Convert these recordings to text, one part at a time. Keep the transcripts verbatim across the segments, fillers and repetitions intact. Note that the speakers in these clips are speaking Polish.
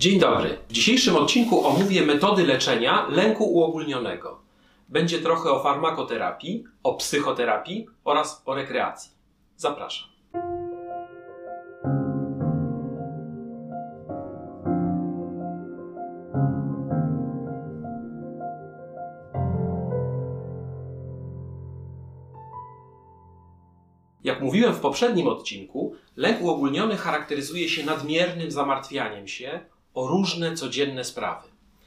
Dzień dobry. W dzisiejszym odcinku omówię metody leczenia lęku uogólnionego. Będzie trochę o farmakoterapii, o psychoterapii oraz o rekreacji. Zapraszam. Jak mówiłem w poprzednim odcinku, lęk uogólniony charakteryzuje się nadmiernym zamartwianiem się o różne codzienne sprawy.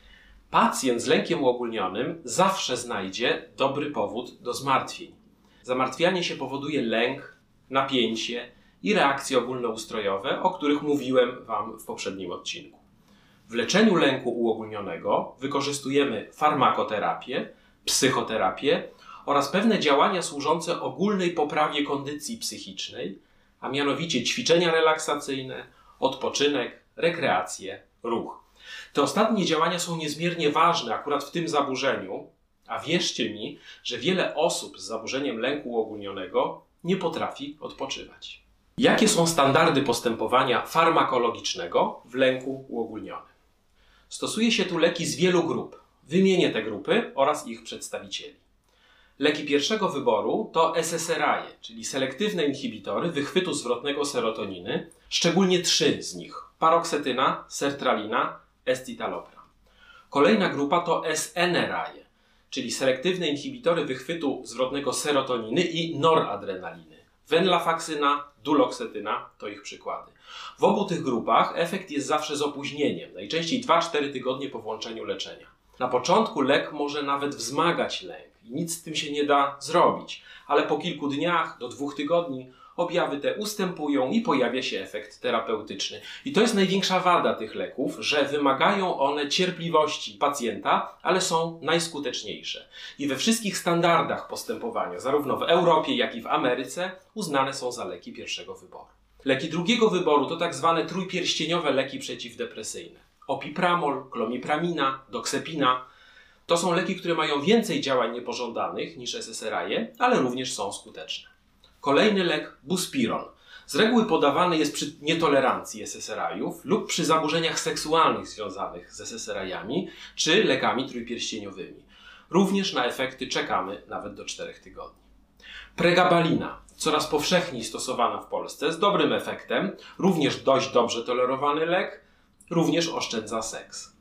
Pacjent z lękiem uogólnionym zawsze znajdzie dobry powód do zmartwień. Zamartwianie się powoduje lęk, napięcie i reakcje ogólnoustrojowe, o których mówiłem Wam w poprzednim odcinku. W leczeniu lęku uogólnionego wykorzystujemy farmakoterapię, psychoterapię oraz pewne działania służące ogólnej poprawie kondycji psychicznej, a mianowicie ćwiczenia relaksacyjne, odpoczynek, rekreacje, ruch. Te ostatnie działania są niezmiernie ważne akurat w tym zaburzeniu, a wierzcie mi, że wiele osób z zaburzeniem lęku uogólnionego nie potrafi odpoczywać. Jakie są standardy postępowania farmakologicznego w lęku uogólnionym? Stosuje się tu leki z wielu grup. Wymienię te grupy oraz ich przedstawicieli. Leki pierwszego wyboru to S S R I, czyli selektywne inhibitory wychwytu zwrotnego serotoniny, szczególnie trzy z nich: paroksetyna, sertralina, escitalopram. Kolejna grupa to S N R I, czyli selektywne inhibitory wychwytu zwrotnego serotoniny i noradrenaliny. Venlafaxyna, duloksetyna to ich przykłady. W obu tych grupach efekt jest zawsze z opóźnieniem, najczęściej dwa do czterech tygodni po włączeniu leczenia. Na początku lek może nawet wzmagać lęk i nic z tym się nie da zrobić, ale po kilku dniach do dwóch tygodni objawy te ustępują i pojawia się efekt terapeutyczny. I to jest największa wada tych leków, że wymagają one cierpliwości pacjenta, ale są najskuteczniejsze. I we wszystkich standardach postępowania, zarówno w Europie, jak i w Ameryce, uznane są za leki pierwszego wyboru. Leki drugiego wyboru to tak zwane trójpierścieniowe leki przeciwdepresyjne. Opipramol, klomipramina, doksepina. To są leki, które mają więcej działań niepożądanych niż S S R I, ale również są skuteczne. Kolejny lek, buspiron. Z reguły podawany jest przy nietolerancji S S R I-ów lub przy zaburzeniach seksualnych związanych z S S R I-ami czy lekami trójpierścieniowymi. Również na efekty czekamy nawet do czterech tygodni. Pregabalina, coraz powszechniej stosowana w Polsce z dobrym efektem, również dość dobrze tolerowany lek, również oszczędza seks.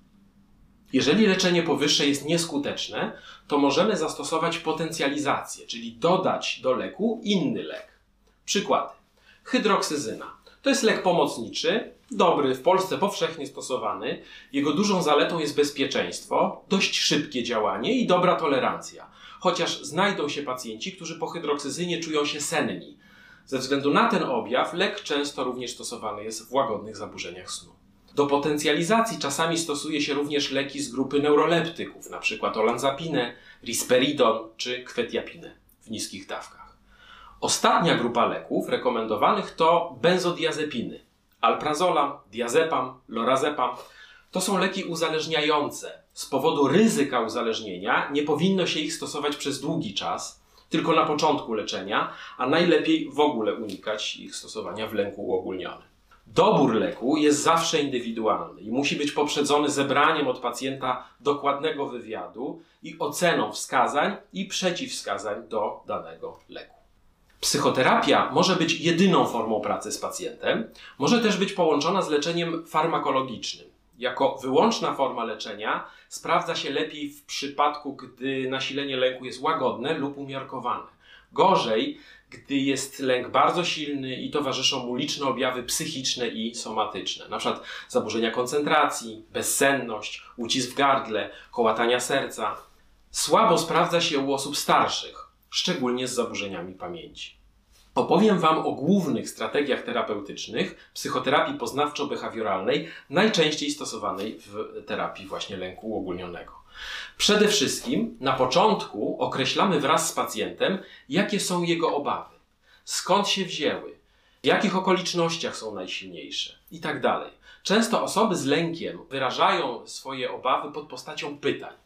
Jeżeli leczenie powyższe jest nieskuteczne, to możemy zastosować potencjalizację, czyli dodać do leku inny lek. Przykłady. Hydroksyzyna. To jest lek pomocniczy, dobry, w Polsce powszechnie stosowany. Jego dużą zaletą jest bezpieczeństwo, dość szybkie działanie i dobra tolerancja. Chociaż znajdą się pacjenci, którzy po hydroksyzynie czują się senni. Ze względu na ten objaw lek często również stosowany jest w łagodnych zaburzeniach snu. Do potencjalizacji czasami stosuje się również leki z grupy neuroleptyków, np. olanzapinę, risperidon czy kwetiapinę w niskich dawkach. Ostatnia grupa leków rekomendowanych to benzodiazepiny. Alprazolam, diazepam, lorazepam. To są leki uzależniające. Z powodu ryzyka uzależnienia nie powinno się ich stosować przez długi czas, tylko na początku leczenia, a najlepiej w ogóle unikać ich stosowania w lęku uogólnionym. Dobór leku jest zawsze indywidualny i musi być poprzedzony zebraniem od pacjenta dokładnego wywiadu i oceną wskazań i przeciwwskazań do danego leku. Psychoterapia może być jedyną formą pracy z pacjentem, może też być połączona z leczeniem farmakologicznym. Jako wyłączna forma leczenia sprawdza się lepiej w przypadku, gdy nasilenie lęku jest łagodne lub umiarkowane. Gorzej, gdy jest lęk bardzo silny i towarzyszą mu liczne objawy psychiczne i somatyczne, na przykład zaburzenia koncentracji, bezsenność, ucisk w gardle, kołatania serca. Słabo sprawdza się u osób starszych, szczególnie z zaburzeniami pamięci. Opowiem Wam o głównych strategiach terapeutycznych psychoterapii poznawczo-behawioralnej, najczęściej stosowanej w terapii właśnie lęku uogólnionego. Przede wszystkim na początku określamy wraz z pacjentem, jakie są jego obawy, skąd się wzięły, w jakich okolicznościach są najsilniejsze i tak dalej. Często osoby z lękiem wyrażają swoje obawy pod postacią pytań.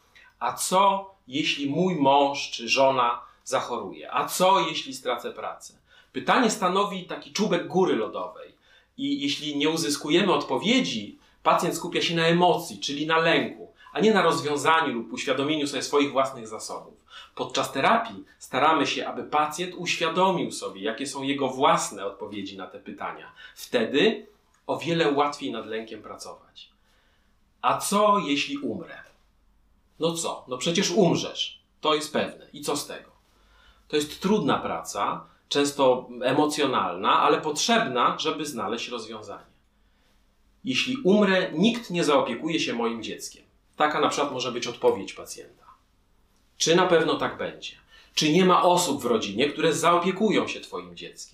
A co, jeśli mój mąż czy żona zachoruje? A co, jeśli stracę pracę? Pytanie stanowi taki czubek góry lodowej i jeśli nie uzyskujemy odpowiedzi Pacjent skupia się na emocji, czyli na lęku, a nie na rozwiązaniu lub uświadomieniu sobie swoich własnych zasobów. Podczas terapii staramy się, aby pacjent uświadomił sobie, jakie są jego własne odpowiedzi na te pytania. Wtedy o wiele łatwiej nad lękiem pracować. A co jeśli umrę? No co? No przecież umrzesz. To jest pewne. I co z tego? To jest trudna praca, często emocjonalna, ale potrzebna, żeby znaleźć rozwiązanie. Jeśli umrę, nikt nie zaopiekuje się moim dzieckiem. Taka na przykład może być odpowiedź pacjenta. Czy na pewno tak będzie? Czy nie ma osób w rodzinie, które zaopiekują się twoim dzieckiem?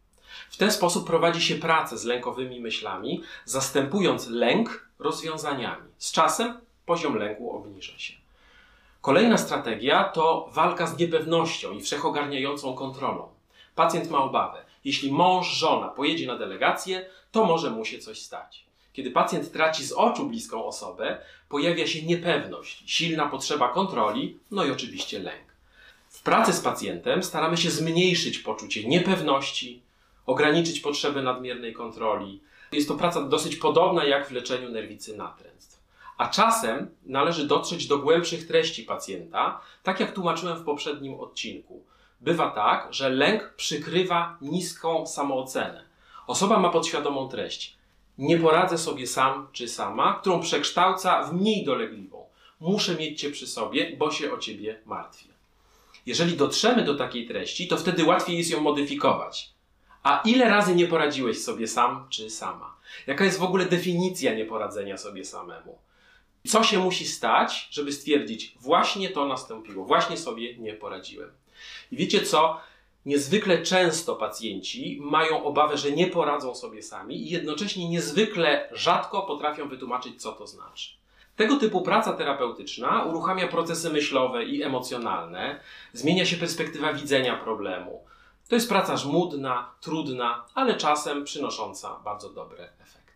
W ten sposób prowadzi się pracę z lękowymi myślami, zastępując lęk rozwiązaniami. Z czasem poziom lęku obniża się. Kolejna strategia to walka z niepewnością i wszechogarniającą kontrolą. Pacjent ma obawę. Jeśli mąż, żona pojedzie na delegację, to może mu się coś stać. Kiedy pacjent traci z oczu bliską osobę, pojawia się niepewność, silna potrzeba kontroli, no i oczywiście lęk. W pracy z pacjentem staramy się zmniejszyć poczucie niepewności, ograniczyć potrzebę nadmiernej kontroli. Jest to praca dosyć podobna jak w leczeniu nerwicy natręctw. A czasem należy dotrzeć do głębszych treści pacjenta, tak jak tłumaczyłem w poprzednim odcinku. Bywa tak, że lęk przykrywa niską samoocenę. Osoba ma podświadomą treść. Nie poradzę sobie sam czy sama, którą przekształca w mniej dolegliwą. Muszę mieć cię przy sobie, bo się o ciebie martwię. Jeżeli dotrzemy do takiej treści, to wtedy łatwiej jest ją modyfikować. A ile razy nie poradziłeś sobie sam czy sama? Jaka jest w ogóle definicja nieporadzenia sobie samemu? Co się musi stać, żeby stwierdzić, właśnie to nastąpiło, właśnie sobie nie poradziłem. I wiecie co? Niezwykle często pacjenci mają obawę, że nie poradzą sobie sami i jednocześnie niezwykle rzadko potrafią wytłumaczyć, co to znaczy. Tego typu praca terapeutyczna uruchamia procesy myślowe i emocjonalne, zmienia się perspektywa widzenia problemu. To jest praca żmudna, trudna, ale czasem przynosząca bardzo dobre efekty.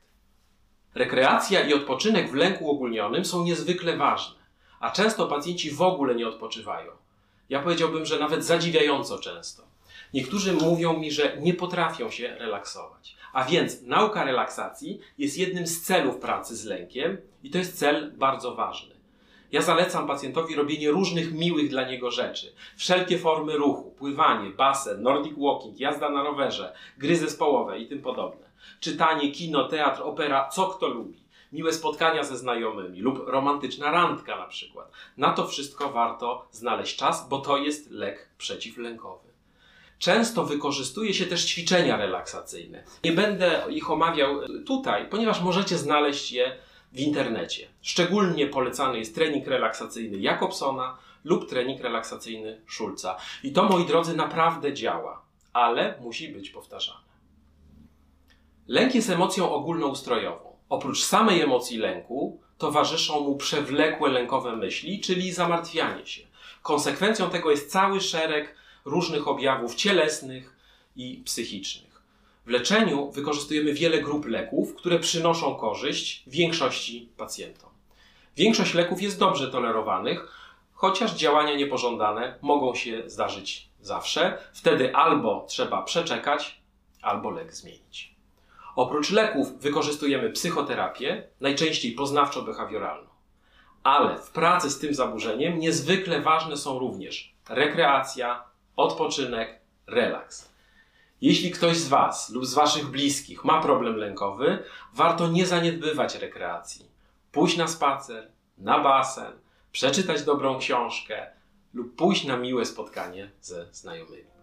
Rekreacja i odpoczynek w lęku uogólnionym są niezwykle ważne, a często pacjenci w ogóle nie odpoczywają. Ja powiedziałbym, że nawet zadziwiająco często. Niektórzy mówią mi, że nie potrafią się relaksować. A więc nauka relaksacji jest jednym z celów pracy z lękiem i to jest cel bardzo ważny. Ja zalecam pacjentowi robienie różnych miłych dla niego rzeczy. Wszelkie formy ruchu, pływanie, basen, nordic walking, jazda na rowerze, gry zespołowe i tym podobne. Czytanie, kino, teatr, opera, co kto lubi. Miłe spotkania ze znajomymi lub romantyczna randka na przykład. Na to wszystko warto znaleźć czas, bo to jest lek przeciwlękowy. Często wykorzystuje się też ćwiczenia relaksacyjne. Nie będę ich omawiał tutaj, ponieważ możecie znaleźć je w internecie. Szczególnie polecany jest trening relaksacyjny Jacobsona lub trening relaksacyjny Schulza. I to, moi drodzy, naprawdę działa, ale musi być powtarzane. Lęk jest emocją ogólnoustrojową. Oprócz samej emocji lęku towarzyszą mu przewlekłe lękowe myśli, czyli zamartwianie się. Konsekwencją tego jest cały szereg różnych objawów cielesnych i psychicznych. W leczeniu wykorzystujemy wiele grup leków, które przynoszą korzyść większości pacjentom. Większość leków jest dobrze tolerowanych, chociaż działania niepożądane mogą się zdarzyć zawsze. Wtedy albo trzeba przeczekać, albo lek zmienić. Oprócz leków wykorzystujemy psychoterapię, najczęściej poznawczo-behawioralną. Ale w pracy z tym zaburzeniem niezwykle ważne są również rekreacja, odpoczynek, relaks. Jeśli ktoś z Was lub z Waszych bliskich ma problem lękowy, warto nie zaniedbywać rekreacji. Pójść na spacer, na basen, przeczytać dobrą książkę lub pójść na miłe spotkanie ze znajomymi.